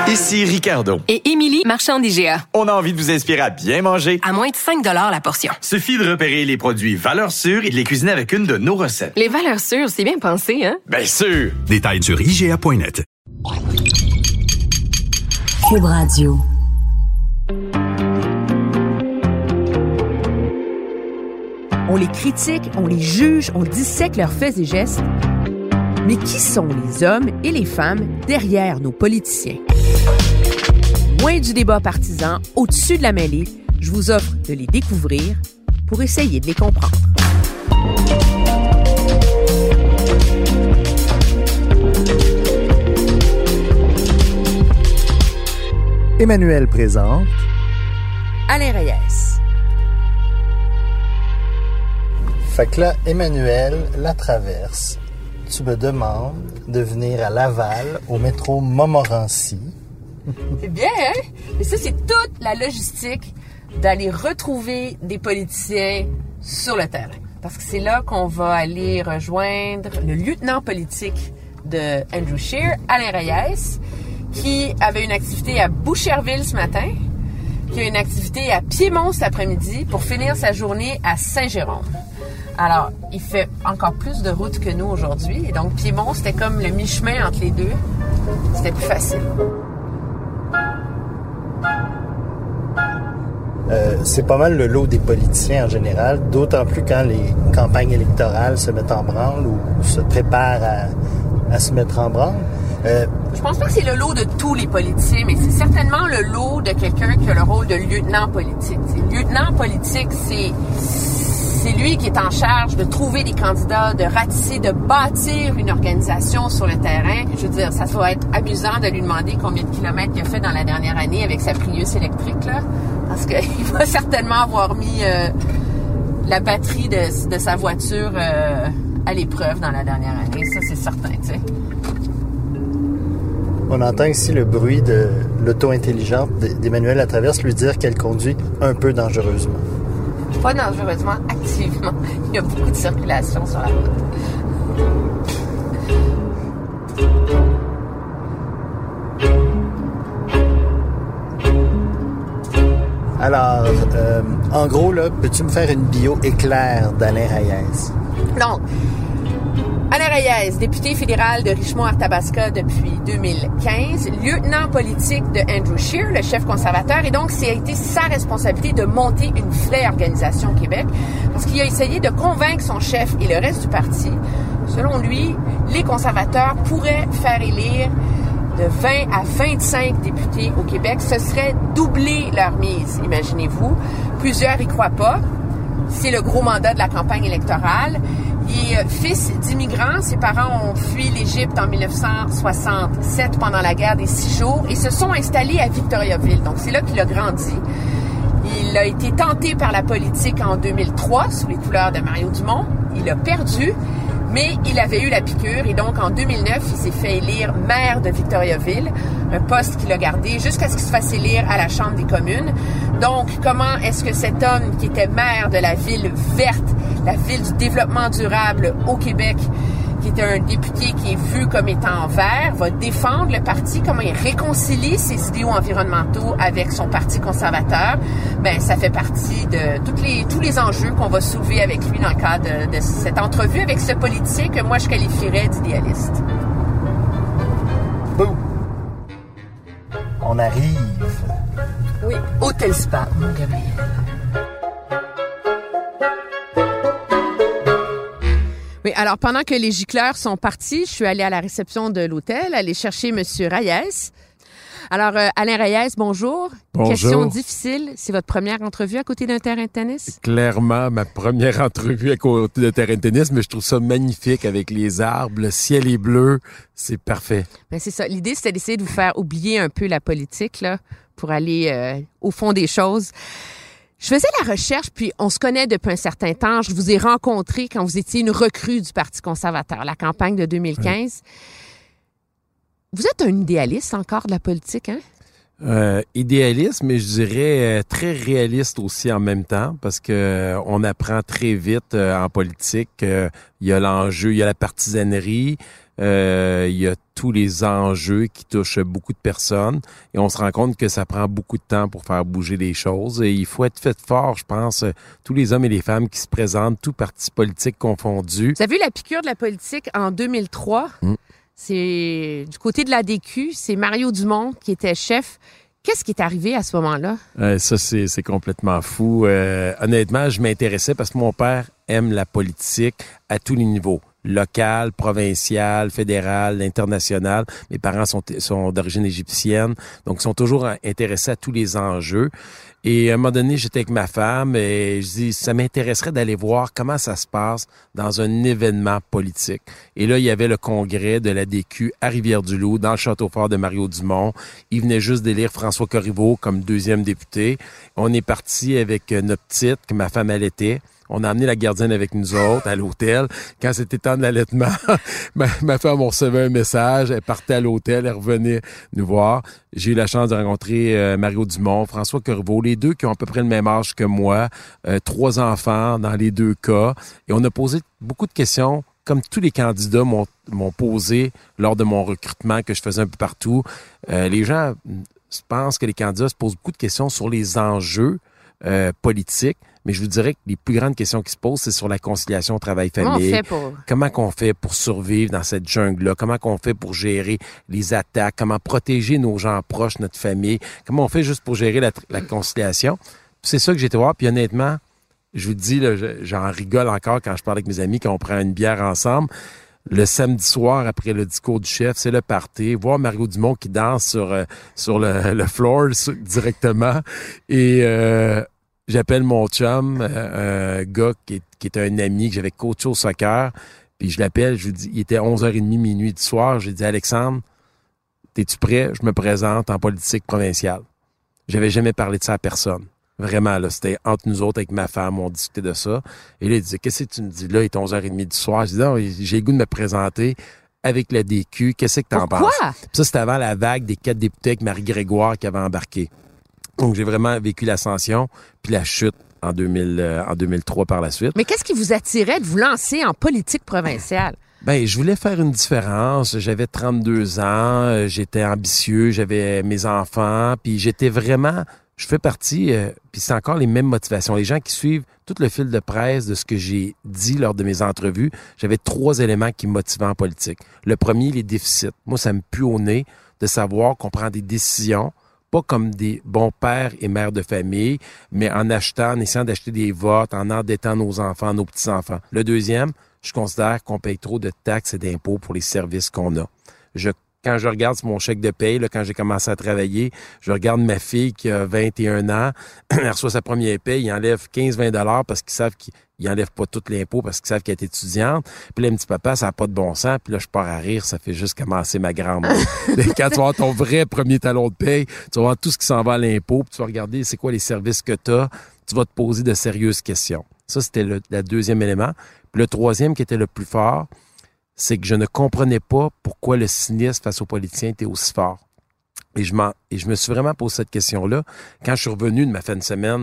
Ici Ricardo. Et Émilie, marchand d'IGA. On a envie de vous inspirer à bien manger. À moins de 5 $ la portion. Suffit de repérer les produits valeurs sûres et de les cuisiner avec une de nos recettes. Les valeurs sûres, c'est bien pensé, hein? Bien sûr! Détails sur IGA.net. Cube Radio. On les critique, on les juge, on dissèque leurs faits et gestes. Mais qui sont les hommes et les femmes derrière nos politiciens? Loin du débat partisan, au-dessus de la mêlée, je vous offre de les découvrir pour essayer de les comprendre. Emmanuel présente Alain Reyes. Fait que là, Emmanuel Latraverse, tu me demandes de venir à Laval, au métro Montmorency. C'est bien, hein? Mais ça, c'est toute la logistique d'aller retrouver des politiciens sur le terrain. Parce que c'est là qu'on va aller rejoindre le lieutenant politique de Andrew Scheer, Alain Reyes, qui avait une activité à Boucherville ce matin, qui a une activité à Piémont cet après-midi pour finir sa journée à Saint-Jérôme. Alors, il fait encore plus de route que nous aujourd'hui. Et donc, Piémont, c'était comme le mi-chemin entre les deux. C'était plus facile. C'est pas mal le lot des politiciens en général, d'autant plus quand les campagnes électorales se mettent en branle ou se préparent à se mettre en branle. Je pense pas que c'est le lot de tous les politiciens, mais c'est certainement le lot de quelqu'un qui a le rôle de lieutenant politique. Le lieutenant politique, c'est lui qui est en charge de trouver des candidats, de ratisser, de bâtir une organisation sur le terrain. Je veux dire, ça va être amusant de lui demander combien de kilomètres il a fait dans la dernière année avec sa Prius électrique, là. Parce qu'il va certainement avoir mis la batterie de sa voiture à l'épreuve dans la dernière année. Ça, c'est certain, tu sais. On entend ici le bruit de l'auto intelligente d'Emmanuel Latraverse lui dire qu'elle conduit un peu dangereusement. Pas dangereusement, activement. Il y a beaucoup de circulation sur la route. Alors, en gros, là, peux-tu me faire une bio éclair d'Alain Reyes? Donc, Alain Reyes, député fédéral de Richmond-Arthabasca depuis 2015, lieutenant politique de Andrew Scheer, le chef conservateur, et donc ça a été sa responsabilité de monter une vraie organisation au Québec, parce qu'il a essayé de convaincre son chef et le reste du parti. Selon lui, les conservateurs pourraient faire élire de 20 à 25 députés au Québec. Ce serait doubler leur mise, imaginez-vous. Plusieurs y croient pas. C'est le gros mandat de la campagne électorale. Il est fils d'immigrants. Ses parents ont fui l'Égypte en 1967 pendant la guerre des 6 jours et se sont installés à Victoriaville. Donc, c'est là qu'il a grandi. Il a été tenté par la politique en 2003 sous les couleurs de Mario Dumont. Il a perdu, mais il avait eu la piqûre et donc en 2009, il s'est fait élire maire de Victoriaville, un poste qu'il a gardé jusqu'à ce qu'il se fasse élire à la Chambre des communes. Donc, comment est-ce que cet homme qui était maire de la ville verte, la ville du développement durable au Québec, qui était un député qui est vu comme étant vert, va défendre le parti, comment il réconcilie ses idéaux environnementaux avec son parti conservateur? Ben, ça fait partie de tous les enjeux qu'on va soulever avec lui dans le cadre de cette entrevue avec ce politique que moi je qualifierais d'idéaliste. Boum! On arrive. Oui, Hôtel Spa, mon Gabriel. Oui, alors pendant que les gicleurs sont partis, je suis allée à la réception de l'hôtel, aller chercher M. Reyes. Alors, Alain Reyes, bonjour. Bonjour. Question difficile, c'est votre première entrevue à côté d'un terrain de tennis? Clairement, ma première entrevue à côté d'un terrain de tennis, mais je trouve ça magnifique avec les arbres, le ciel est bleu, c'est parfait. Ben c'est ça. L'idée, c'était d'essayer de vous faire oublier un peu la politique, là, pour aller au fond des choses. Je faisais la recherche, puis on se connaît depuis un certain temps. Je vous ai rencontré quand vous étiez une recrue du Parti conservateur, la campagne de 2015. Oui. Vous êtes un idéaliste encore de la politique, hein? Idéaliste, mais je dirais très réaliste aussi en même temps, parce que on apprend très vite en politique qu'il y a l'enjeu, il y a la partisanerie. Il y a tous les enjeux qui touchent beaucoup de personnes et on se rend compte que ça prend beaucoup de temps pour faire bouger les choses. Et il faut être fait fort, je pense, tous les hommes et les femmes qui se présentent, tous partis politiques confondus. Vous avez vu la piqûre de la politique en 2003? C'est du côté de l'ADQ, c'est Mario Dumont qui était chef. Qu'est-ce qui est arrivé à ce moment-là? Ça, c'est complètement fou. Honnêtement, je m'intéressais parce que mon père aime la politique à tous les niveaux. Local, provincial, fédéral, international. Mes parents sont d'origine égyptienne, donc ils sont toujours intéressés à tous les enjeux. Et à un moment donné, j'étais avec ma femme et je dis, ça m'intéresserait d'aller voir comment ça se passe dans un événement politique. Et là, il y avait le congrès de l'ADQ à Rivière-du-Loup, dans le château-fort de Mario Dumont. Il venait juste d'élire François Corriveau comme 2e député. On est parti avec notre petite, que ma femme allaitait. On a amené la gardienne avec nous autres à l'hôtel. Quand c'était temps de l'allaitement, ma femme, on recevait un message. Elle partait à l'hôtel, elle revenait nous voir. J'ai eu la chance de rencontrer Mario Dumont, François Corriveau, les deux qui ont à peu près le même âge que moi, 3 enfants dans les 2 cas. Et on a posé beaucoup de questions, comme tous les candidats m'ont posé lors de mon recrutement que je faisais un peu partout. Les gens pensent que les candidats se posent beaucoup de questions sur les enjeux politiques. Mais je vous dirais que les plus grandes questions qui se posent, c'est sur la conciliation travail-famille. Comment qu'on fait pour survivre dans cette jungle-là? Comment qu'on fait pour gérer les attaques? Comment protéger nos gens proches, notre famille? Comment on fait juste pour gérer la conciliation? C'est ça que j'ai été voir. Puis honnêtement, je vous dis, là, j'en rigole encore quand je parle avec mes amis, quand on prend une bière ensemble. Le samedi soir, après le discours du chef, c'est le party. Voir Mario Dumont qui danse sur le floor directement. Et j'appelle mon chum, un gars qui est un ami que j'avais coaché au soccer. Puis je l'appelle, je lui dis, il était 11h30, minuit du soir. J'ai dit, Alexandre, t'es-tu prêt? Je me présente en politique provinciale. J'avais jamais parlé de ça à personne. Vraiment, là, c'était entre nous autres, avec ma femme, on discutait de ça. Et là, il disait, qu'est-ce que tu me dis là? Il est 11h30 du soir. Je dis, non, j'ai le goût de me présenter avec la DQ. Qu'est-ce que t'en penses? Pourquoi? Ça, c'était avant la vague des 4 députés avec Marie-Grégoire qui avait embarqué. Donc, j'ai vraiment vécu l'ascension puis la chute en 2003 par la suite. Mais qu'est-ce qui vous attirait de vous lancer en politique provinciale? Ben, je voulais faire une différence. J'avais 32 ans, j'étais ambitieux, j'avais mes enfants, puis j'étais vraiment... Je fais partie, puis c'est encore les mêmes motivations. Les gens qui suivent tout le fil de presse de ce que j'ai dit lors de mes entrevues, j'avais 3 éléments qui me motivaient en politique. Le premier, les déficits. Moi, ça me pue au nez de savoir qu'on prend des décisions pas comme des bons pères et mères de famille, mais en essayant d'acheter des votes, en endettant nos enfants, nos petits-enfants. Le deuxième, je considère qu'on paye trop de taxes et d'impôts pour les services qu'on a. Quand je regarde mon chèque de paye, là, quand j'ai commencé à travailler, je regarde ma fille qui a 21 ans, elle reçoit sa première paye, il enlève 15-20 $ parce qu'ils savent qu'ils enlèvent pas tout l'impôt parce qu'ils savent qu'elle est étudiante. Puis là, un petit papa, ça n'a pas de bon sens. Puis là, je pars à rire, ça fait juste commencer ma grand-mère. Quand tu vas avoir ton vrai premier talon de paye, tu vas voir tout ce qui s'en va à l'impôt, puis tu vas regarder c'est quoi les services que tu as, tu vas te poser de sérieuses questions. Ça, c'était le deuxième élément. Puis le troisième qui était le plus fort, c'est que je ne comprenais pas pourquoi le cynisme face aux politiciens était aussi fort. Et je me suis vraiment posé cette question-là. Quand je suis revenu de ma fin de semaine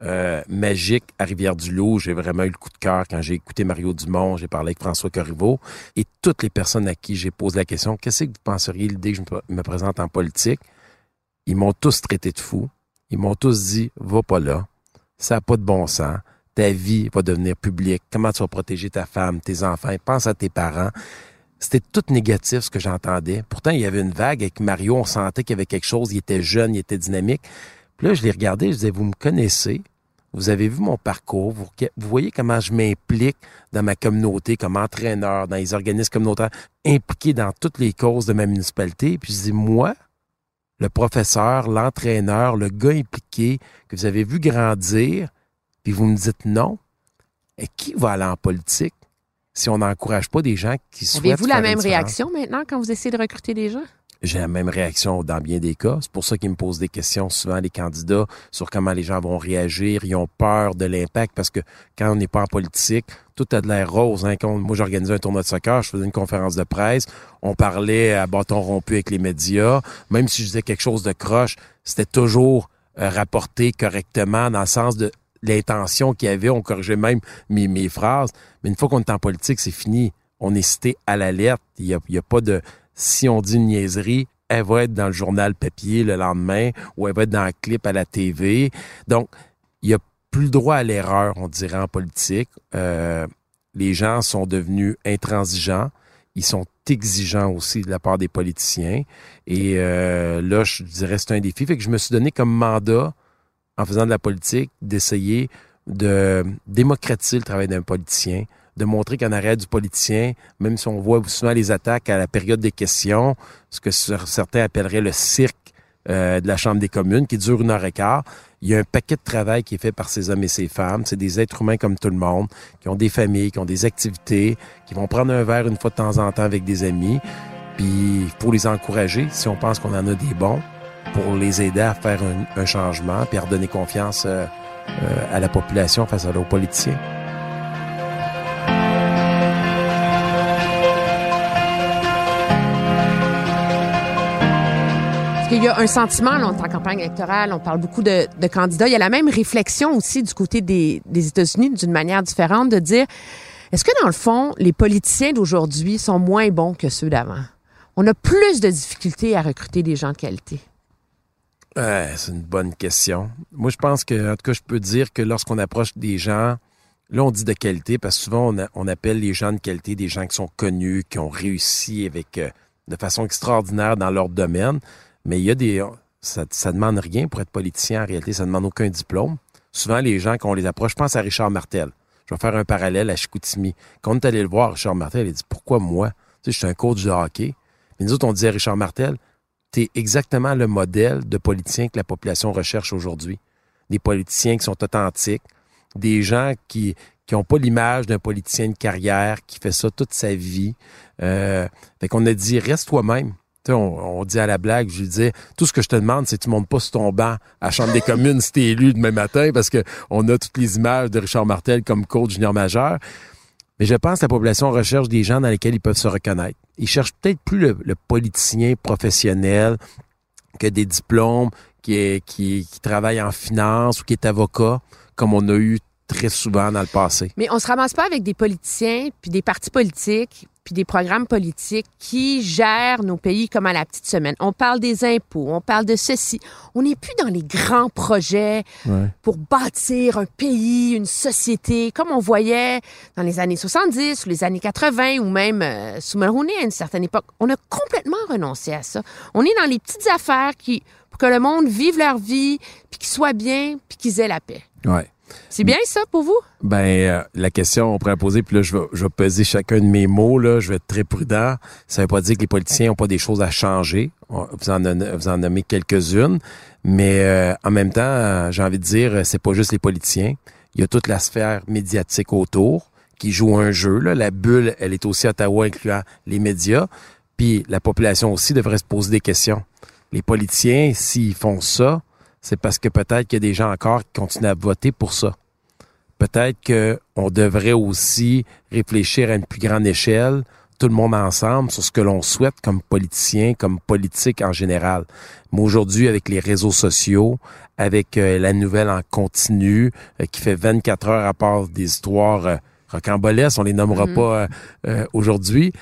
magique à Rivière-du-Loup, j'ai vraiment eu le coup de cœur quand j'ai écouté Mario Dumont, j'ai parlé avec François Corriveau, et toutes les personnes à qui j'ai posé la question, qu'est-ce que vous penseriez l'idée que je me présente en politique? Ils m'ont tous traité de fou. Ils m'ont tous dit, va pas là. Ça n'a pas de bon sens. Ta vie va devenir publique. Comment tu vas protéger ta femme, tes enfants? Pense à tes parents. C'était tout négatif, ce que j'entendais. Pourtant, il y avait une vague avec Mario. On sentait qu'il y avait quelque chose. Il était jeune, il était dynamique. Puis là, je l'ai regardé. Je disais, vous me connaissez. Vous avez vu mon parcours. Vous voyez comment je m'implique dans ma communauté comme entraîneur, dans les organismes communautaires, impliqué dans toutes les causes de ma municipalité. Puis je dis, moi, le professeur, l'entraîneur, le gars impliqué que vous avez vu grandir, puis vous me dites non, et qui va aller en politique si on n'encourage pas des gens qui souhaitent faire une différence? Avez-vous la même réaction maintenant quand vous essayez de recruter des gens? J'ai la même réaction dans bien des cas. C'est pour ça qu'ils me posent des questions souvent, les candidats, sur comment les gens vont réagir. Ils ont peur de l'impact parce que quand on n'est pas en politique, tout a de l'air rose. Hein? Quand moi, j'organisais un tournoi de soccer, je faisais une conférence de presse, on parlait à bâton rompu avec les médias. Même si je disais quelque chose de croche, c'était toujours rapporté correctement dans le sens de l'intention qu'il y avait, on corrigeait même mes phrases. Mais une fois qu'on est en politique, c'est fini. on est cité à la lettre. Il y a pas de... Si on dit une niaiserie, elle va être dans le journal papier le lendemain ou elle va être dans un clip à la TV. Donc, il n'y a plus le droit à l'erreur, on dirait, en politique. Les gens sont devenus intransigeants. Ils sont exigeants aussi de la part des politiciens. Et là, je dirais que c'est un défi. Fait que je me suis donné comme mandat, en faisant de la politique, d'essayer de démocratiser le travail d'un politicien, de montrer qu'en arrière du politicien, même si on voit souvent les attaques à la période des questions, ce que certains appelleraient le cirque de la Chambre des communes, qui dure 1h15, il y a un paquet de travail qui est fait par ces hommes et ces femmes. C'est des êtres humains comme tout le monde, qui ont des familles, qui ont des activités, qui vont prendre un verre une fois de temps en temps avec des amis. Puis, pour les encourager, si on pense qu'on en a des bons, pour les aider à faire un changement, puis à redonner confiance à la population face à nos politiciens. Il y a un sentiment, là, en campagne électorale, on parle beaucoup de candidats. Il y a la même réflexion aussi du côté des États-Unis, d'une manière différente, de dire, est-ce que dans le fond, les politiciens d'aujourd'hui sont moins bons que ceux d'avant? On a plus de difficultés à recruter des gens de qualité. C'est une bonne question. Moi, je pense que, en tout cas, je peux dire que lorsqu'on approche des gens, là, on dit de qualité, parce que souvent, on appelle les gens de qualité des gens qui sont connus, qui ont réussi de façon extraordinaire dans leur domaine. Mais il y a ça demande rien pour être politicien en réalité, ça demande aucun diplôme. Souvent, les gens, quand on les approche, je pense à Richard Martel. Je vais faire un parallèle à Chicoutimi. Quand on est allé le voir, Richard Martel, il dit, pourquoi moi? Tu sais, je suis un coach de hockey. Mais nous autres, on disait à Richard Martel, t'es exactement le modèle de politicien que la population recherche aujourd'hui. Des politiciens qui sont authentiques, des gens qui n'ont pas l'image d'un politicien de carrière, qui fait ça toute sa vie. Fait qu'on a dit, reste toi-même. Tu sais, on dit à la blague, je lui disais, tout ce que je te demande, c'est que tu montes pas sur ton banc à la Chambre des communes si t'es élu demain matin, parce que on a toutes les images de Richard Martel comme coach junior majeur. Mais je pense que la population recherche des gens dans lesquels ils peuvent se reconnaître. Ils cherchent peut-être plus le politicien professionnel que des diplômes, qui travaille en finance ou qui est avocat, comme on a eu très souvent dans le passé. Mais on se ramasse pas avec des politiciens, puis des partis politiques, puis des programmes politiques qui gèrent nos pays comme à la petite semaine. On parle des impôts, on parle de ceci. On n'est plus dans les grands projets pour bâtir un pays, une société, comme on voyait dans les années 70 ou les années 80 ou même sous Mulroney à une certaine époque. On a complètement renoncé à ça. On est dans les petites affaires pour que le monde vive leur vie, puis qu'ils soient bien, puis qu'ils aient la paix. Ouais. C'est bien ça pour vous? La question, on pourrait poser, puis là, je vais peser chacun de mes mots, là, je vais être très prudent. Ça veut pas dire que les politiciens n'ont pas des choses à changer. Vous en nommez quelques-unes. Mais en même temps, j'ai envie de dire, c'est pas juste les politiciens. Il y a toute la sphère médiatique autour qui joue un jeu. Là. La bulle, elle est aussi à Ottawa, incluant les médias. Puis la population aussi devrait se poser des questions. Les politiciens, s'ils font ça, c'est parce que peut-être qu'il y a des gens encore qui continuent à voter pour ça. Peut-être qu'on devrait aussi réfléchir à une plus grande échelle, tout le monde ensemble, sur ce que l'on souhaite comme politicien, comme politique en général. Mais aujourd'hui, avec les réseaux sociaux, avec la nouvelle en continu, qui fait 24 heures à part des histoires rocambolesques, on les nommera pas aujourd'hui,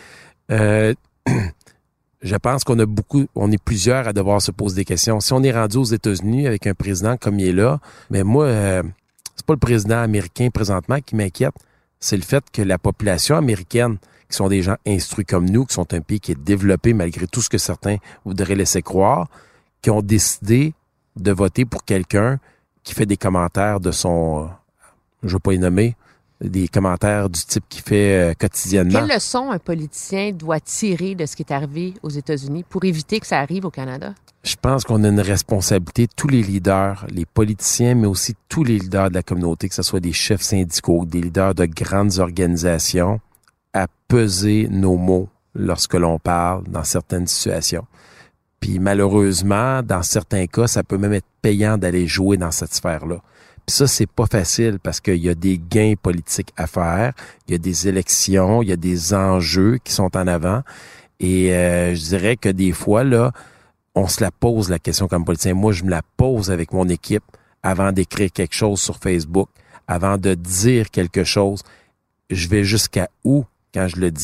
je pense qu'on est plusieurs à devoir se poser des questions. Si on est rendu aux États-Unis avec un président comme il est là, mais moi, c'est pas le président américain présentement qui m'inquiète, c'est le fait que la population américaine, qui sont des gens instruits comme nous, qui sont un pays qui est développé malgré tout ce que certains voudraient laisser croire, qui ont décidé de voter pour quelqu'un qui fait des commentaires de son, je veux pas les nommer, des commentaires du type qu'il fait quotidiennement. Quelle leçon un politicien doit tirer de ce qui est arrivé aux États-Unis pour éviter que ça arrive au Canada? Je pense qu'on a une responsabilité, tous les leaders, les politiciens, mais aussi tous les leaders de la communauté, que ce soit des chefs syndicaux, des leaders de grandes organisations, à peser nos mots lorsque l'on parle dans certaines situations. Puis malheureusement, dans certains cas, ça peut même être payant d'aller jouer dans cette sphère-là. Puis ça, c'est pas facile parce qu'il y a des gains politiques à faire, il y a des élections, il y a des enjeux qui sont en avant. Et je dirais que des fois, là, on se la pose la question comme politicien. Moi, je me la pose avec mon équipe avant d'écrire quelque chose sur Facebook, avant de dire quelque chose. Je vais jusqu'à où quand je le dis?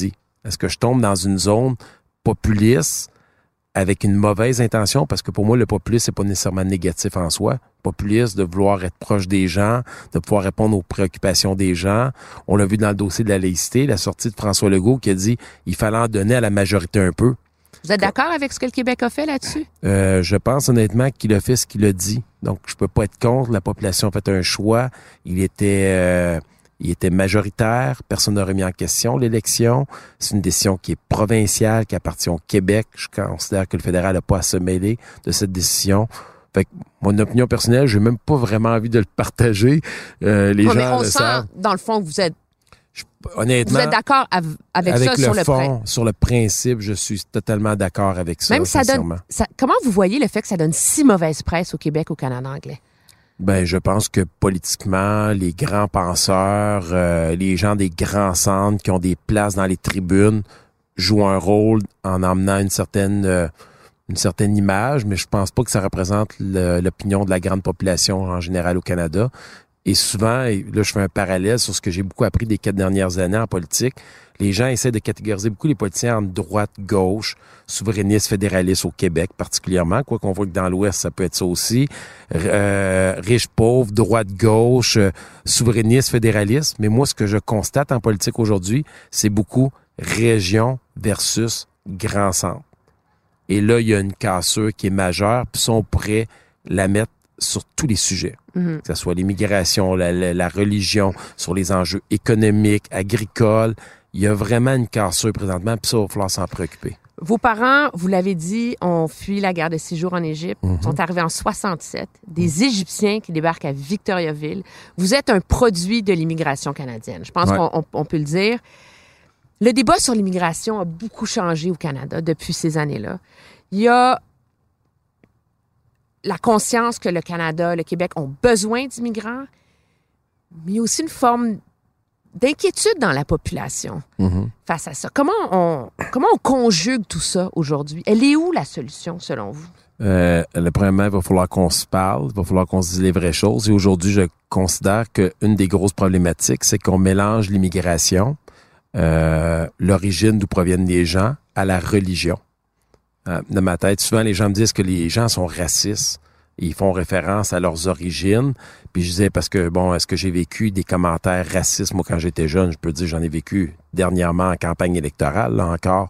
Est-ce que je tombe dans une zone populiste avec une mauvaise intention? Parce que pour moi, le populisme, c'est pas nécessairement négatif en soi. Populiste, de vouloir être proche des gens, de pouvoir répondre aux préoccupations des gens. On l'a vu dans le dossier de la laïcité, la sortie de François Legault qui a dit il fallait en donner à la majorité un peu. Vous êtes d'accord avec ce que le Québec a fait là-dessus? Je pense honnêtement qu'il a fait ce qu'il a dit. Donc, je peux pas être contre. La population a fait un choix. Il était majoritaire. Personne n'a remis en question l'élection. C'est une décision qui est provinciale, qui appartient au Québec. Je considère que le fédéral n'a pas à se mêler de cette décision. Fait que mon opinion personnelle, j'ai même pas vraiment envie de le partager. Les gens mais on le sent, savent. dans le fond, que vous êtes Honnêtement, vous êtes d'accord avec ça sur le fond, sur le principe, je suis totalement d'accord avec ça. Même ça donne. Comment vous voyez le fait que ça donne si mauvaise presse au Québec, au Canada anglais? Ben, je pense que politiquement, les grands penseurs, les gens des grands centres qui ont des places dans les tribunes jouent un rôle en emmenant une certaine image, mais je pense pas que ça représente l'opinion de la grande population en général au Canada. Et souvent, et là, je fais un parallèle sur ce que j'ai beaucoup appris des 4 dernières années en politique. Les gens essaient de catégoriser beaucoup les politiciens en droite, gauche, souverainistes, fédéralistes au Québec particulièrement. Quoi qu'on voit que dans l'Ouest, ça peut être ça aussi. Riches, pauvres, droite, gauche, souverainistes, fédéralistes. Mais moi, ce que je constate en politique aujourd'hui, c'est beaucoup région versus grand centre. Et là, il y a une cassure qui est majeure. Puis ça, on pourrait la mettre sur tous les sujets, que ce soit l'immigration, la religion, sur les enjeux économiques, agricoles. Il y a vraiment une cassure présentement, puis ça, il va falloir s'en préoccuper. Vos parents, vous l'avez dit, ont fui la guerre de 6 jours en Égypte, sont arrivés en 67, des Égyptiens qui débarquent à Victoriaville. Vous êtes un produit de l'immigration canadienne. Je pense qu'on peut le dire. Le débat sur l'immigration a beaucoup changé au Canada depuis ces années-là. Il y a la conscience que le Canada, le Québec ont besoin d'immigrants, mais il y a aussi une forme d'inquiétude dans la population face à ça. Comment on conjugue tout ça aujourd'hui? Elle est où la solution, selon vous? Premièrement, il va falloir qu'on se parle, il va falloir qu'on se dise les vraies choses. Et aujourd'hui, je considère qu'une des grosses problématiques, c'est qu'on mélange l'immigration, l'origine d'où proviennent les gens, à la religion. Dans ma tête, souvent, les gens me disent que les gens sont racistes. Ils font référence à leurs origines. Puis je disais, parce que, bon, est-ce que j'ai vécu des commentaires racistes, moi, quand j'étais jeune? Je peux dire, j'en ai vécu dernièrement en campagne électorale, là encore,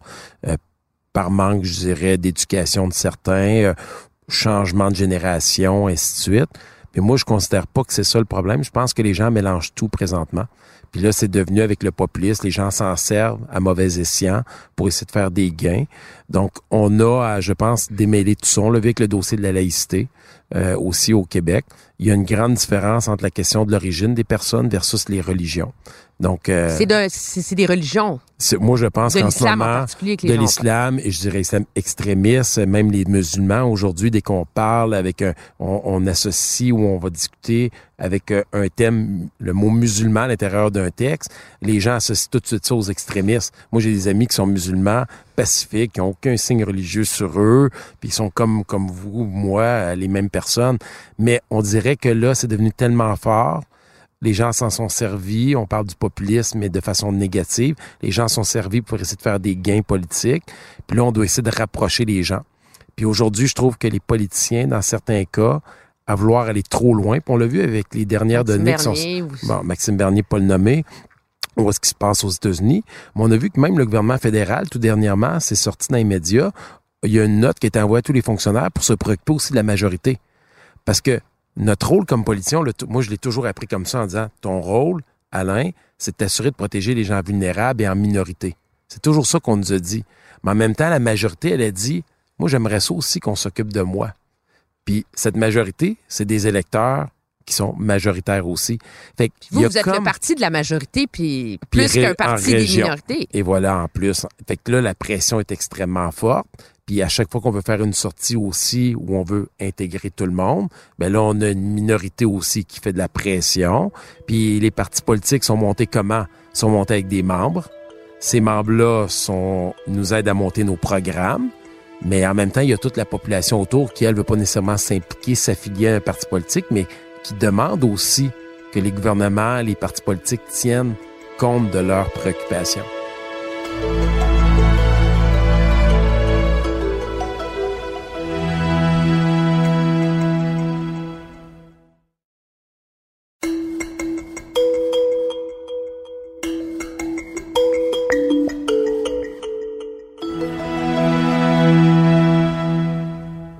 par manque, je dirais, d'éducation de certains, changement de génération, ainsi de suite. Mais moi, je considère pas que c'est ça le problème. Je pense que les gens mélangent tout présentement. Puis là, c'est devenu avec le populisme, les gens s'en servent à mauvais escient pour essayer de faire des gains. Donc, on a, je pense, démêler tout ça. On l'a vu avec le dossier de la laïcité aussi au Québec. Il y a une grande différence entre la question de l'origine des personnes versus les religions. Donc, c'est des religions. Moi, je pense qu'en ce moment, de l'islam, et je dirais l'islam extrémiste, même les musulmans, aujourd'hui, dès qu'on parle avec on associe ou on va discuter avec un thème, le mot musulman à l'intérieur d'un texte, les gens associent tout de suite ça aux extrémistes. Moi, j'ai des amis qui sont musulmans, pacifiques, qui n'ont aucun signe religieux sur eux, puis ils sont comme vous, moi, les mêmes personnes. Mais on dirait que là, c'est devenu tellement fort. Les gens s'en sont servis. On parle du populisme, mais de façon négative. Les gens sont servis pour essayer de faire des gains politiques. Puis là, on doit essayer de rapprocher les gens. Puis aujourd'hui, je trouve que les politiciens, dans certains cas, à vouloir aller trop loin, puis on l'a vu avec les dernières données qui sont... Bon, Maxime Bernier, pas le nommer. On voit ce qui se passe aux États-Unis. Mais on a vu que même le gouvernement fédéral, tout dernièrement, c'est sorti dans les médias. Il y a une note qui a été envoyée à tous les fonctionnaires pour se préoccuper aussi de la majorité. Parce que notre rôle comme politicien, moi, je l'ai toujours appris comme ça en disant, ton rôle, Alain, c'est de t'assurer de protéger les gens vulnérables et en minorité. C'est toujours ça qu'on nous a dit. Mais en même temps, la majorité, elle a dit, moi, j'aimerais ça aussi qu'on s'occupe de moi. Puis cette majorité, c'est des électeurs qui sont majoritaires aussi. Fait que vous êtes le parti de la majorité, puis plus qu'un parti des minorités. Et voilà, en plus. Fait que là, la pression est extrêmement forte. Puis à chaque fois qu'on veut faire une sortie aussi où on veut intégrer tout le monde, ben là, on a une minorité aussi qui fait de la pression. Puis les partis politiques sont montés comment? Ils sont montés avec des membres. Ces membres-là nous aident à monter nos programmes. Mais en même temps, il y a toute la population autour qui, elle, veut pas nécessairement s'impliquer, s'affilier à un parti politique, mais qui demande aussi que les gouvernements, les partis politiques tiennent compte de leurs préoccupations.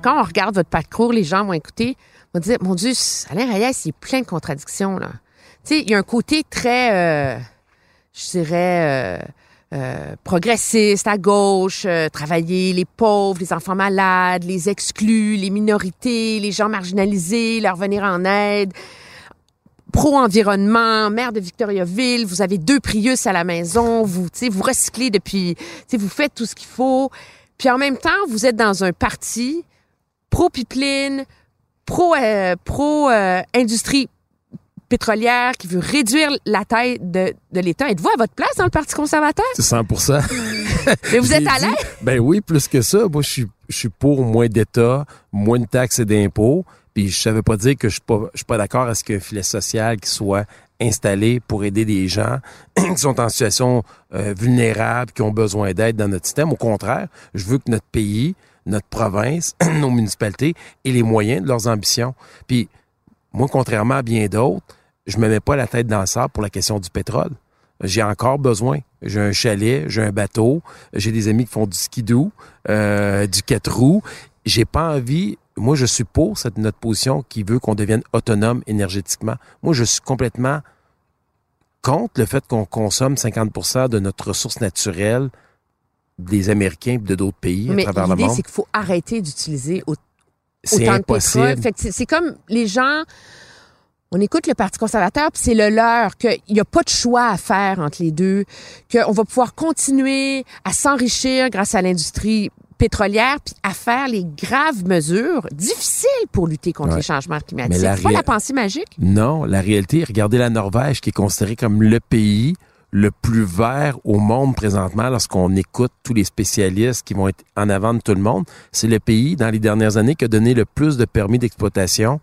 quand on regarde votre parcours, les gens vont écouter, vont dire, mon Dieu, Alain Reyes, il est plein de contradictions, là. Tu sais, il y a un côté très, je dirais, progressiste, à gauche, travailler les pauvres, les enfants malades, les exclus, les minorités, les gens marginalisés, leur venir en aide, pro-environnement, maire de Victoriaville, vous avez 2 Prius à la maison, vous recyclez depuis, vous faites tout ce qu'il faut. Puis en même temps, vous êtes dans un parti pro-pipeline, pro-industrie pétrolière qui veut réduire la taille de l'État. Êtes-vous à votre place dans le Parti conservateur? C'est 100%. Mais vous êtes à l'aise? Ben oui, plus que ça. Moi, je suis pour moins d'État, moins de taxes et d'impôts. Puis ça veut pas dire que je suis pas d'accord à ce qu'un filet social qui soit installé pour aider des gens qui sont en situation vulnérable, qui ont besoin d'aide dans notre système. Au contraire, je veux que notre pays, notre province, nos municipalités aient les moyens de leurs ambitions. Puis moi, contrairement à bien d'autres, je me mets pas la tête dans le sable pour la question du pétrole. J'ai encore besoin. J'ai un chalet, j'ai un bateau, j'ai des amis qui font du skidoo, du 4 roues. J'ai pas envie... Moi, je suis pour notre position qui veut qu'on devienne autonome énergétiquement. Moi, je suis complètement contre le fait qu'on consomme 50% de notre ressource naturelle des Américains et de d'autres pays à travers le monde. Mais l'idée, c'est qu'il faut arrêter d'utiliser autant impossible. de pétrole. Fait que c'est comme les gens... On écoute le Parti conservateur, puis c'est le leur, qu'il n'y a pas de choix à faire entre les deux, qu'on va pouvoir continuer à s'enrichir grâce à l'industrie pétrolière, puis à faire les graves mesures difficiles pour lutter contre les changements climatiques. C'est pas la pensée magique? Non, la réalité, regardez la Norvège, qui est considérée comme le pays le plus vert au monde présentement lorsqu'on écoute tous les spécialistes qui vont être en avant de tout le monde. C'est le pays, dans les dernières années, qui a donné le plus de permis d'exploitation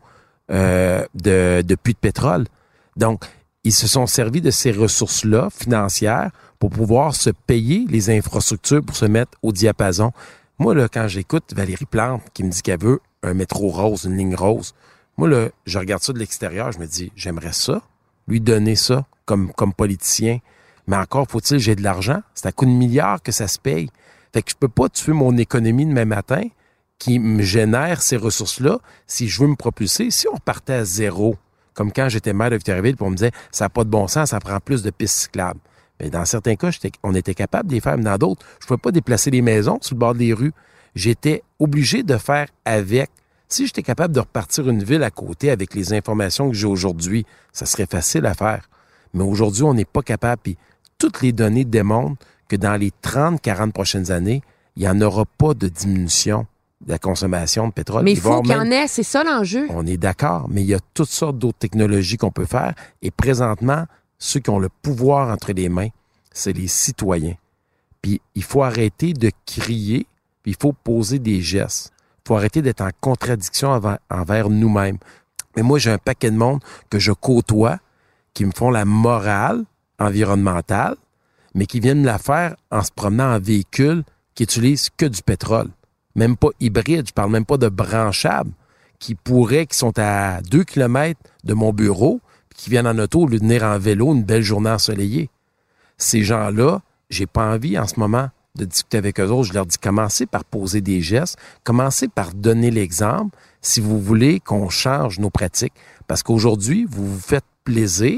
de puits de pétrole. Donc, ils se sont servis de ces ressources-là, financières, pour pouvoir se payer les infrastructures pour se mettre au diapason. Moi, là, quand j'écoute Valérie Plante qui me dit qu'elle veut un métro rose, une ligne rose, moi, là, je regarde ça de l'extérieur, je me dis, j'aimerais ça, lui donner ça comme politicien. Mais encore, faut-il que j'ai de l'argent? C'est à coup de milliards que ça se paye. Fait que je peux pas tuer mon économie demain matin qui me génère ces ressources-là si je veux me propulser. Si on repartait à zéro, comme quand j'étais maire de Victoriaville, puis on me disait, ça n'a pas de bon sens, ça prend plus de pistes cyclables. Mais dans certains cas, on était capable de les faire, mais dans d'autres, je ne pouvais pas déplacer les maisons sur le bord des rues. J'étais obligé de faire avec. Si j'étais capable de repartir une ville à côté avec les informations que j'ai aujourd'hui, ça serait facile à faire. Mais aujourd'hui, on n'est pas capable. Puis toutes les données démontrent que dans les 30-40 prochaines années, il n'y en aura pas de diminution de la consommation de pétrole. Mais il faut qu'il y en ait, c'est ça l'enjeu. On est d'accord, mais il y a toutes sortes d'autres technologies qu'on peut faire. Et présentement, ceux qui ont le pouvoir entre les mains, c'est les citoyens. Puis il faut arrêter de crier, puis il faut poser des gestes. Il faut arrêter d'être en contradiction envers nous-mêmes. Mais moi, j'ai un paquet de monde que je côtoie, qui me font la morale environnementale, mais qui viennent me la faire en se promenant en véhicule qui utilise que du pétrole. Même pas hybride, je parle même pas de branchable, qui sont à 2 km de mon bureau, qui viennent en auto au lieu de venir en vélo une belle journée ensoleillée. Ces gens-là, j'ai pas envie en ce moment de discuter avec eux autres. Je leur dis, commencez par poser des gestes, commencez par donner l'exemple si vous voulez qu'on change nos pratiques. Parce qu'aujourd'hui, vous vous faites plaisir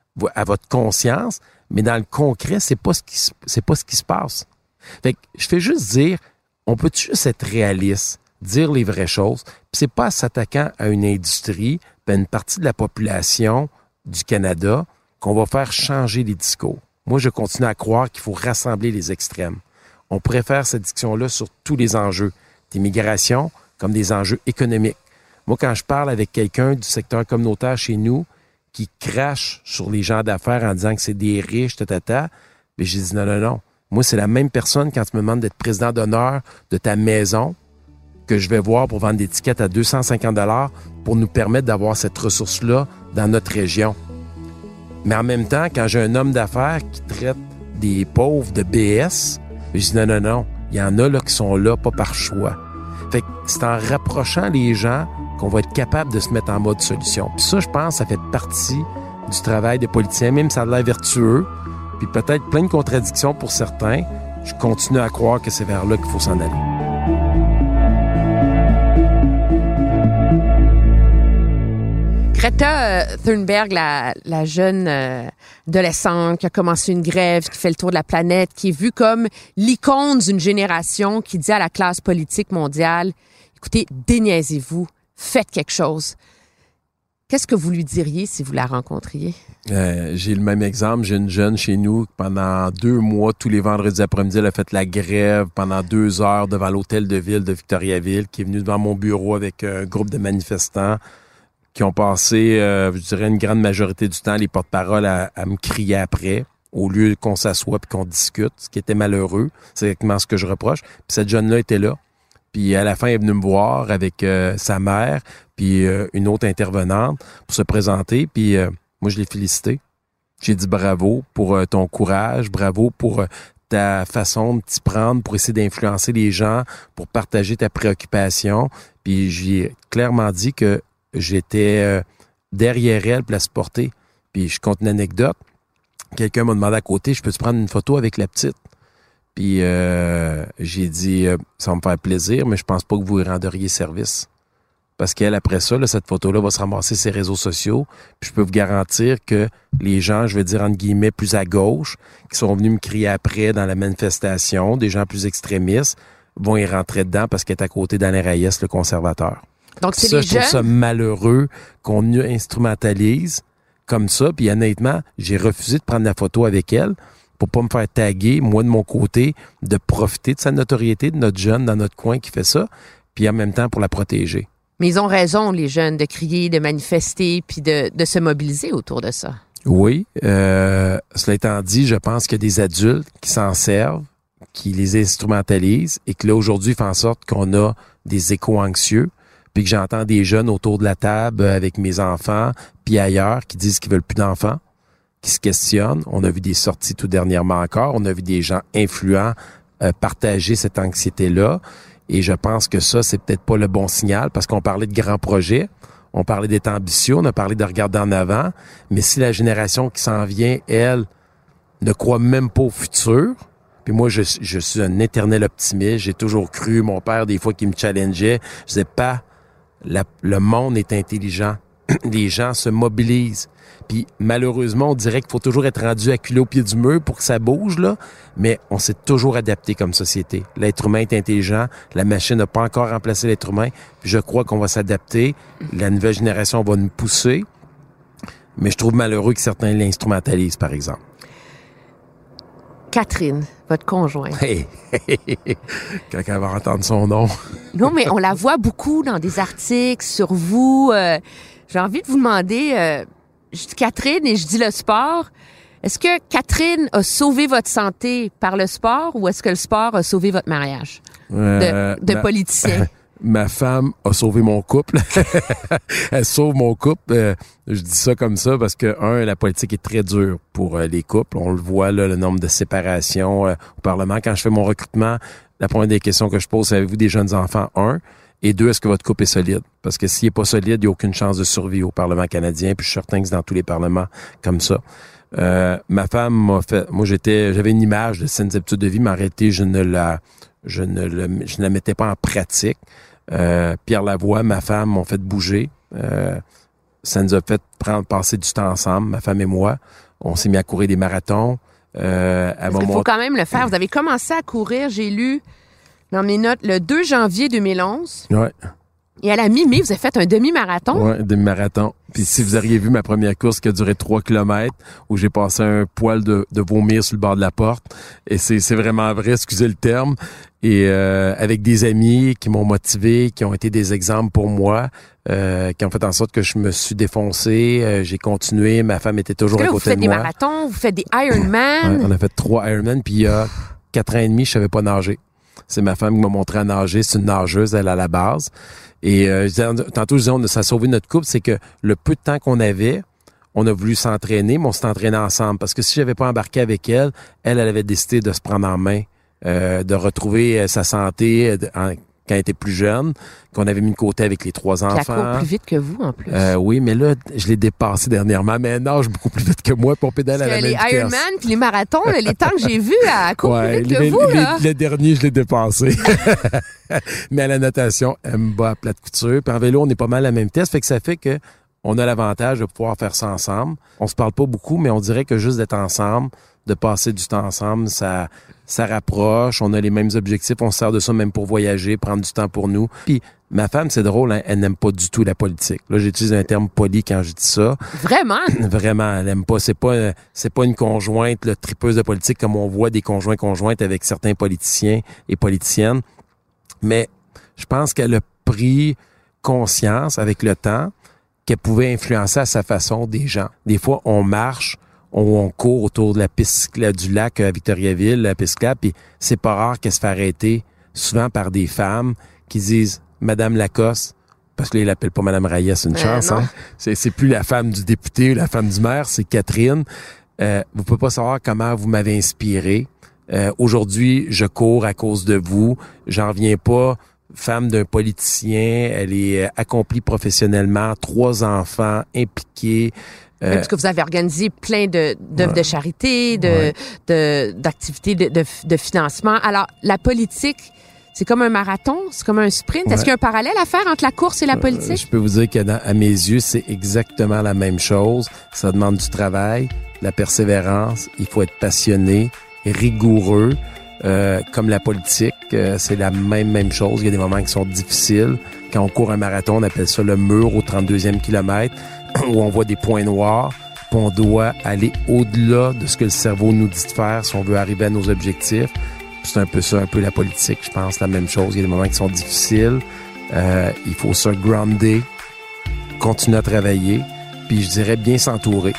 à votre conscience, mais dans le concret, c'est pas ce qui se passe. Fait que je fais juste dire, on peut juste être réaliste, dire les vraies choses, puis c'est pas en s'attaquant à une industrie, puis à une partie de la population du Canada qu'on va faire changer les discours. Moi, je continue à croire qu'il faut rassembler les extrêmes. On pourrait faire cette discussion-là sur tous les enjeux d'immigration comme des enjeux économiques. Moi, quand je parle avec quelqu'un du secteur communautaire chez nous qui crache sur les gens d'affaires en disant que c'est des riches, mais j'ai dit non. Moi, c'est la même personne quand tu me demandes d'être président d'honneur de ta maison que je vais voir pour vendre des tickets à 250 $ pour nous permettre d'avoir cette ressource-là dans notre région. Mais en même temps, quand j'ai un homme d'affaires qui traite des pauvres de BS, je dis non. Il y en a là qui sont là, pas par choix. Fait que c'est en rapprochant les gens qu'on va être capable de se mettre en mode solution. Puis ça, je pense, ça fait partie du travail des politiciens, même si ça a l'air vertueux, puis peut-être plein de contradictions pour certains. Je continue à croire que c'est vers là qu'il faut s'en aller. Greta Thunberg, la jeune adolescente qui a commencé une grève, qui fait le tour de la planète, qui est vue comme l'icône d'une génération qui dit à la classe politique mondiale, écoutez, déniaisez-vous, faites quelque chose. Qu'est-ce que vous lui diriez si vous la rencontriez? J'ai le même exemple. J'ai une jeune chez nous qui, pendant 2 mois, tous les vendredis après-midi, elle a fait la grève pendant 2 heures devant l'hôtel de ville de Victoriaville, qui est venue devant mon bureau avec un groupe de manifestants qui ont passé, je dirais, une grande majorité du temps, les porte-paroles à me crier après, au lieu qu'on s'assoie et qu'on discute, ce qui était malheureux. C'est exactement ce que je reproche. Puis cette jeune-là était là. Puis à la fin, elle est venue me voir avec sa mère, puis une autre intervenante pour se présenter. Puis moi, je l'ai félicité. J'ai dit bravo pour ton courage, bravo pour ta façon de t'y prendre pour essayer d'influencer les gens, pour partager ta préoccupation. Puis j'ai clairement dit que j'étais derrière elle pour la supporter. Puis je compte une anecdote. Quelqu'un m'a demandé à côté, je peux-tu prendre une photo avec la petite? Puis j'ai dit, ça va me faire plaisir, mais je pense pas que vous lui rendriez service. Parce qu'elle, après ça, là, cette photo-là va se ramasser sur ses réseaux sociaux. Puis je peux vous garantir que les gens, je vais dire entre guillemets, plus à gauche, qui sont venus me crier après dans la manifestation, des gens plus extrémistes, vont y rentrer dedans parce qu'elle est à côté d'Alain Reyes, le conservateur. Donc, c'est ça, les je trouve jeunes? ça malheureux qu'on instrumentalise comme ça. Puis honnêtement, j'ai refusé de prendre la photo avec elle pour pas me faire taguer, moi de mon côté, de profiter de sa notoriété, de notre jeune dans notre coin qui fait ça, puis en même temps pour la protéger. Mais ils ont raison, les jeunes, de crier, de manifester, puis de se mobiliser autour de ça. Oui. Cela étant dit, je pense qu'il y a des adultes qui s'en servent, qui les instrumentalisent et que là, aujourd'hui, font en sorte qu'on a des échos anxieux, puis que j'entends des jeunes autour de la table avec mes enfants, puis ailleurs, qui disent qu'ils veulent plus d'enfants, qui se questionnent. On a vu des sorties tout dernièrement encore. On a vu des gens influents partager cette anxiété-là. Et je pense que ça, c'est peut-être pas le bon signal parce qu'on parlait de grands projets, on parlait d'être ambitieux, on a parlé de regarder en avant. Mais si la génération qui s'en vient, elle, ne croit même pas au futur, puis moi, je suis un éternel optimiste. J'ai toujours cru, mon père, des fois, qui me challengeait, je disais pas, le monde est intelligent. Les gens se mobilisent. Puis malheureusement, on dirait qu'il faut toujours être rendu acculé au pied du mur pour que ça bouge, là. Mais on s'est toujours adapté comme société. L'être humain est intelligent. La machine n'a pas encore remplacé l'être humain. Puis je crois qu'on va s'adapter. La nouvelle génération va nous pousser. Mais je trouve malheureux que certains l'instrumentalisent, par exemple. Catherine, votre conjointe. Hey. Quand elle va entendre son nom. Non, mais on la voit beaucoup dans des articles sur vous. J'ai envie de vous demander, je dis Catherine et je dis le sport. Est-ce que Catherine a sauvé votre santé par le sport ou est-ce que le sport a sauvé votre mariage de politicien? Ma femme a sauvé mon couple. Elle sauve mon couple. Je dis ça comme ça parce que, la politique est très dure pour les couples. On le voit, là, le nombre de séparations au Parlement. Quand je fais mon recrutement, la première des questions que je pose, c'est avez-vous des jeunes enfants? 1. Et 2, est-ce que votre couple est solide? Parce que s'il n'est pas solide, il n'y a aucune chance de survie au Parlement canadien. Puis je suis certain que c'est dans tous les parlements comme ça. Ma femme m'a fait... Moi, j'avais une image de saines habitudes de vie, mais en réalité, je ne la mettais pas en pratique. Pierre Lavoie, ma femme, m'ont fait bouger. Ça nous a fait passer du temps ensemble, ma femme et moi. On s'est mis à courir des marathons. Il faut quand même le faire. Vous avez commencé à courir, j'ai lu dans mes notes, le 2 janvier 2011. Ouais. Et à la mi-mai, vous avez fait un demi-marathon? Oui, un demi-marathon. Puis si vous auriez vu ma première course qui a duré 3 kilomètres, où j'ai passé un poil de vomir sur le bord de la porte, et c'est vraiment vrai, excusez le terme, et avec des amis qui m'ont motivé, qui ont été des exemples pour moi, qui ont fait en sorte que je me suis défoncé, j'ai continué, ma femme était toujours à côté de moi. Vous faites des marathons, vous faites des Ironman. Ouais, on a fait 3 Ironman, puis il y a 4 ans et demi, je savais pas nager. C'est ma femme qui m'a montré à nager. C'est une nageuse, elle, à la base. Et tantôt, je disais, ça a sauvé notre couple. C'est que le peu de temps qu'on avait, on a voulu s'entraîner, mais on s'est entraîné ensemble. Parce que si j'avais pas embarqué avec elle, elle avait décidé de se prendre en main, de retrouver sa santé quand elle était plus jeune, qu'on avait mis de côté avec les 3 enfants. Elle court plus vite que vous, en plus. Oui, mais là, je l'ai dépassé dernièrement. Mais elle nage beaucoup plus vite que moi, pour pédale à la même vitesse. Les Ironman puis les marathons, les temps que j'ai vus, elle court plus vite que vous, là. Le dernier, je l'ai dépassé. Mais à la natation, elle me bat à plate couture. Puis en vélo, on est pas mal à la même vitesse. Fait que ça fait que on a l'avantage de pouvoir faire ça ensemble. On se parle pas beaucoup, mais on dirait que juste d'être ensemble, de passer du temps ensemble, ça rapproche. On a les mêmes objectifs. On se sert de ça même pour voyager, prendre du temps pour nous. Puis ma femme, c'est drôle, hein, elle n'aime pas du tout la politique. Là, j'utilise un terme poli quand je dis ça. Vraiment? Vraiment, elle aime pas. C'est pas une conjointe là, tripeuse de politique comme on voit des conjointes avec certains politiciens et politiciennes. Mais je pense qu'elle a pris conscience avec le temps qu'elle pouvait influencer à sa façon des gens. Des fois, on marche, on court autour de la piste du lac à Victoriaville, la piste cyclable, puis c'est pas rare qu'elle se fait arrêter, souvent par des femmes qui disent « Madame Lacoste », parce que là, ils l'appellent pas Madame Reyes, c'est une chance, hein? C'est plus la femme du député ou la femme du maire, c'est Catherine. Vous pouvez pas savoir comment vous m'avez inspiré. Aujourd'hui, je cours à cause de vous. J'en reviens pas. Femme d'un politicien, elle est accomplie professionnellement, 3 enfants, impliqués. Parce que vous avez organisé plein d'œuvres de charité, d'activités de financement. Alors, la politique, c'est comme un marathon, c'est comme un sprint. Est-ce qu'il y a un parallèle à faire entre la course et la politique? Je peux vous dire qu'à mes yeux, c'est exactement la même chose. Ça demande du travail, de la persévérance. Il faut être passionné, rigoureux. Comme la politique, c'est la même chose. Il y a des moments qui sont difficiles. Quand on court un marathon, on appelle ça le mur au 32e kilomètre, où on voit des points noirs, puis on doit aller au-delà de ce que le cerveau nous dit de faire si on veut arriver à nos objectifs. C'est un peu ça, un peu la politique, je pense, la même chose. Il y a des moments qui sont difficiles. Il faut se grounder, continuer à travailler, puis je dirais bien s'entourer.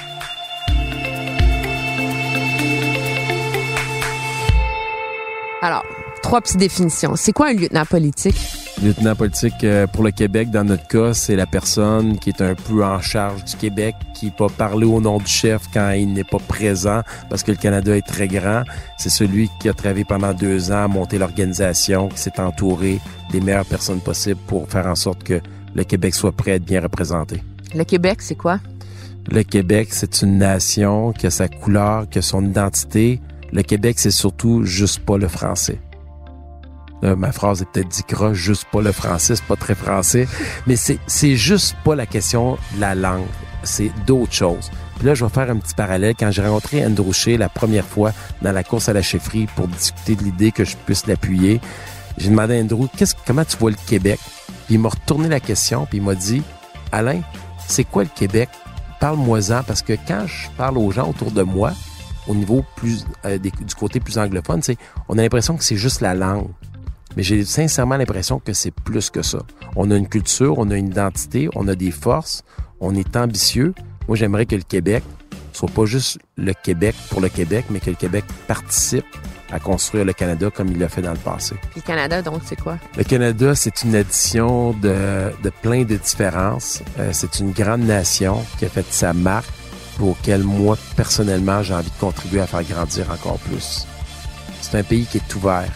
Alors, 3 petites définitions. C'est quoi un lieutenant politique? Lieutenant politique, pour le Québec, dans notre cas, c'est la personne qui est un peu en charge du Québec, qui peut parler au nom du chef quand il n'est pas présent, parce que le Canada est très grand. C'est celui qui a travaillé pendant 2 ans à monter l'organisation, qui s'est entouré des meilleures personnes possibles pour faire en sorte que le Québec soit prêt à être bien représenté. Le Québec, c'est quoi? Le Québec, c'est une nation qui a sa couleur, qui a son identité. Le Québec, c'est surtout juste pas le français. Là, ma phrase est peut-être dit croche, juste pas le français, c'est pas très français, mais c'est juste pas la question de la langue, c'est d'autres choses. Puis là, je vais faire un petit parallèle. Quand j'ai rencontré Andrew Scheer la première fois dans la course à la chefferie pour discuter de l'idée que je puisse l'appuyer, j'ai demandé à Andrew, comment tu vois le Québec? Puis il m'a retourné la question, puis il m'a dit, Alain, c'est quoi le Québec? Parle-moi-en, parce que quand je parle aux gens autour de moi, au niveau plus du côté plus anglophone, on a l'impression que c'est juste la langue. Mais j'ai sincèrement l'impression que c'est plus que ça. On a une culture, on a une identité, on a des forces, on est ambitieux. Moi, j'aimerais que le Québec soit pas juste le Québec pour le Québec, mais que le Québec participe à construire le Canada comme il l'a fait dans le passé. Puis le Canada, donc, c'est quoi? Le Canada, c'est une addition de plein de différences. C'est une grande nation qui a fait sa marque, auquel moi, personnellement, j'ai envie de contribuer à faire grandir encore plus. C'est un pays qui est ouvert.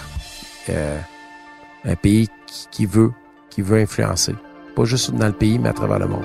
Un pays qui veut influencer. Pas juste dans le pays, mais à travers le monde.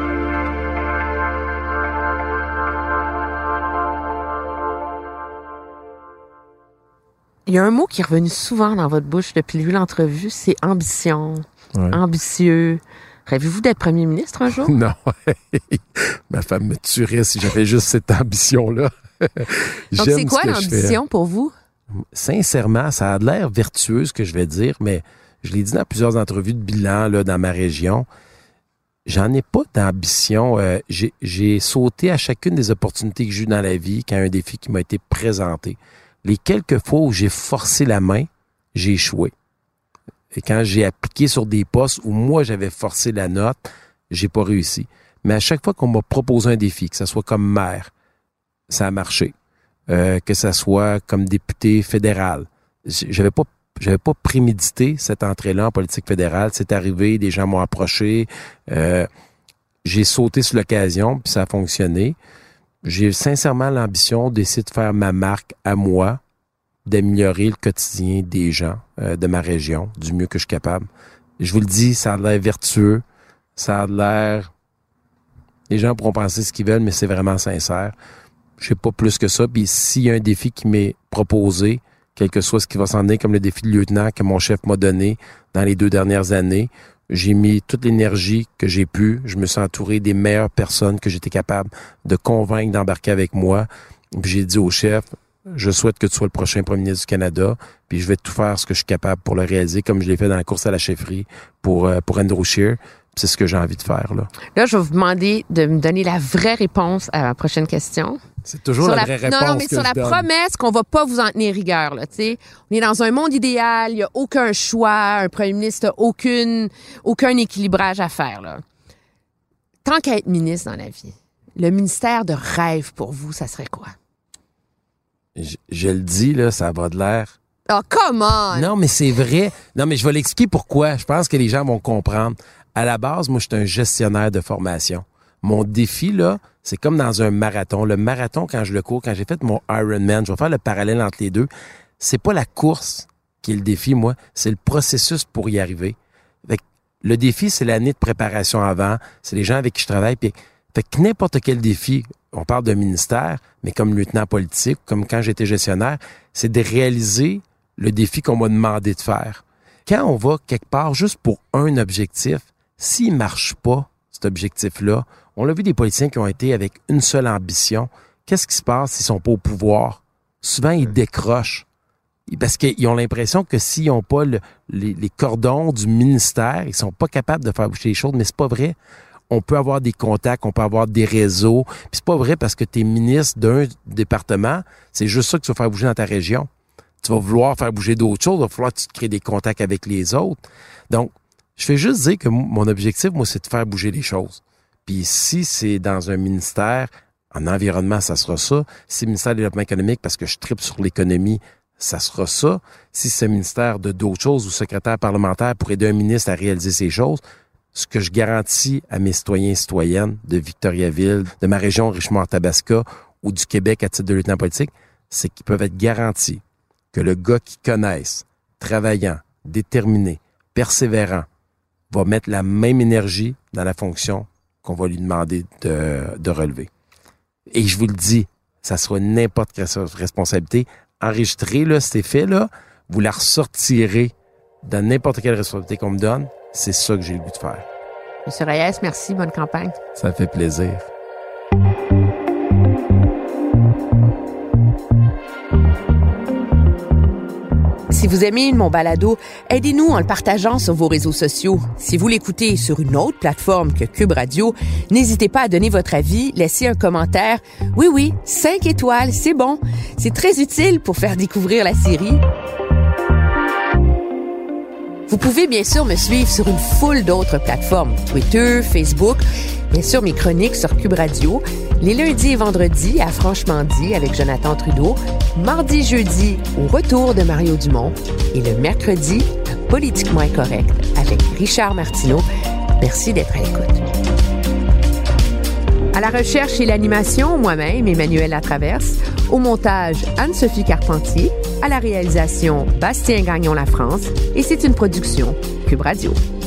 Il y a un mot qui est revenu souvent dans votre bouche depuis le début de l'entrevue, c'est ambition. Ouais. Ambitieux. Rêvez-vous d'être premier ministre un jour? Non. Ma femme me tuerait si j'avais juste cette ambition-là. Donc, c'est quoi l'ambition pour vous? Sincèrement, ça a l'air vertueux ce que je vais dire, mais je l'ai dit dans plusieurs entrevues de bilan là, dans ma région. J'en ai pas d'ambition. J'ai sauté à chacune des opportunités que j'ai eues dans la vie quand un défi qui m'a été présenté. Les quelques fois où j'ai forcé la main, j'ai échoué. Et quand j'ai appliqué sur des postes où moi j'avais forcé la note, j'ai pas réussi. Mais à chaque fois qu'on m'a proposé un défi, que ce soit comme maire, ça a marché. Que ça soit comme député fédéral. J'avais pas prémédité cette entrée-là en politique fédérale. C'est arrivé, des gens m'ont approché. J'ai sauté sur l'occasion, puis ça a fonctionné. J'ai sincèrement l'ambition d'essayer de faire ma marque à moi, d'améliorer le quotidien des gens de ma région du mieux que je suis capable. Je vous le dis, ça a l'air vertueux, ça a l'air... Les gens pourront penser ce qu'ils veulent, mais c'est vraiment sincère. Je sais pas plus que ça. Puis s'il y a un défi qui m'est proposé, quel que soit ce qui va s'en venir, comme le défi de lieutenant que mon chef m'a donné dans les 2 dernières années, J'ai mis toute l'énergie que j'ai pu. Je me suis entouré des meilleures personnes que j'étais capable de convaincre d'embarquer avec moi. Puis j'ai dit au chef, je souhaite que tu sois le prochain premier ministre du Canada, puis je vais tout faire ce que je suis capable pour le réaliser, comme je l'ai fait dans la course à la chefferie pour Andrew Scheer. C'est ce que j'ai envie de faire, là. Là, je vais vous demander de me donner la vraie réponse à la prochaine question. C'est toujours la vraie réponse. Non, mais sur la promesse qu'on va pas vous en tenir rigueur, là, tu sais. On est dans un monde idéal, il y a aucun choix, un premier ministre n'a aucun équilibrage à faire, là. Tant qu'à être ministre dans la vie, le ministère de rêve pour vous, ça serait quoi? Je le dis, là, ça va de l'air. Oh, come on! Non, mais c'est vrai. Non, mais je vais l'expliquer pourquoi. Je pense que les gens vont comprendre. À la base, moi, je suis un gestionnaire de formation. Mon défi, là, c'est comme dans un marathon. Le marathon, quand je le cours, quand j'ai fait mon Ironman, je vais faire le parallèle entre les deux. C'est pas la course qui est le défi, moi. C'est le processus pour y arriver. Fait que le défi, c'est l'année de préparation avant. C'est les gens avec qui je travaille. Puis, fait que n'importe quel défi, on parle d'un ministère, mais comme lieutenant politique, comme quand j'étais gestionnaire, c'est de réaliser le défi qu'on m'a demandé de faire. Quand on va quelque part juste pour un objectif, s'il marche pas, cet objectif-là, on l'a vu des politiciens qui ont été avec une seule ambition. Qu'est-ce qui se passe s'ils sont pas au pouvoir? Souvent, ils décrochent. Parce qu'ils ont l'impression que s'ils n'ont pas les cordons du ministère, ils sont pas capables de faire bouger les choses, mais c'est pas vrai. On peut avoir des contacts, on peut avoir des réseaux. Puis c'est pas vrai parce que tu es ministre d'un département, c'est juste ça que tu vas faire bouger dans ta région. Tu vas vouloir faire bouger d'autres choses, il va falloir que tu te crées des contacts avec les autres. Donc, je fais juste dire que mon objectif, moi, c'est de faire bouger les choses. Puis si c'est dans un ministère, en environnement, ça sera ça. Si c'est le ministère du développement économique, parce que je tripe sur l'économie, ça sera ça. Si c'est un ministère de d'autres choses ou secrétaire parlementaire pour aider un ministre à réaliser ces choses, ce que je garantis à mes citoyens et citoyennes de Victoriaville, de ma région Richemont-Arthabasca ou du Québec à titre de lieutenant politique, c'est qu'ils peuvent être garantis que le gars qui connaisse, travaillant, déterminé, persévérant, va mettre la même énergie dans la fonction qu'on va lui demander de relever. Et je vous le dis, ça sera n'importe quelle responsabilité. Enregistrez là, cet effet-là, vous la ressortirez dans n'importe quelle responsabilité qu'on me donne. C'est ça que j'ai le goût de faire. Monsieur Reyes, merci. Bonne campagne. Ça fait plaisir. Si vous aimez mon balado, aidez-nous en le partageant sur vos réseaux sociaux. Si vous l'écoutez sur une autre plateforme que Cube Radio, n'hésitez pas à donner votre avis, laisser un commentaire. Oui, 5 étoiles, c'est bon. C'est très utile pour faire découvrir la série. Vous pouvez bien sûr me suivre sur une foule d'autres plateformes, Twitter, Facebook, bien sûr mes chroniques sur Cube Radio, les lundis et vendredis à Franchement dit avec Jonathan Trudeau, mardi, jeudi au Retour de Mario Dumont et le mercredi à Politiquement Incorrect avec Richard Martineau. Merci d'être à l'écoute. À la recherche et l'animation, moi-même, Emmanuelle Latraverse. Au montage, Anne-Sophie Carpentier. À la réalisation, Bastien Gagnon La France. Et c'est une production Cube Radio.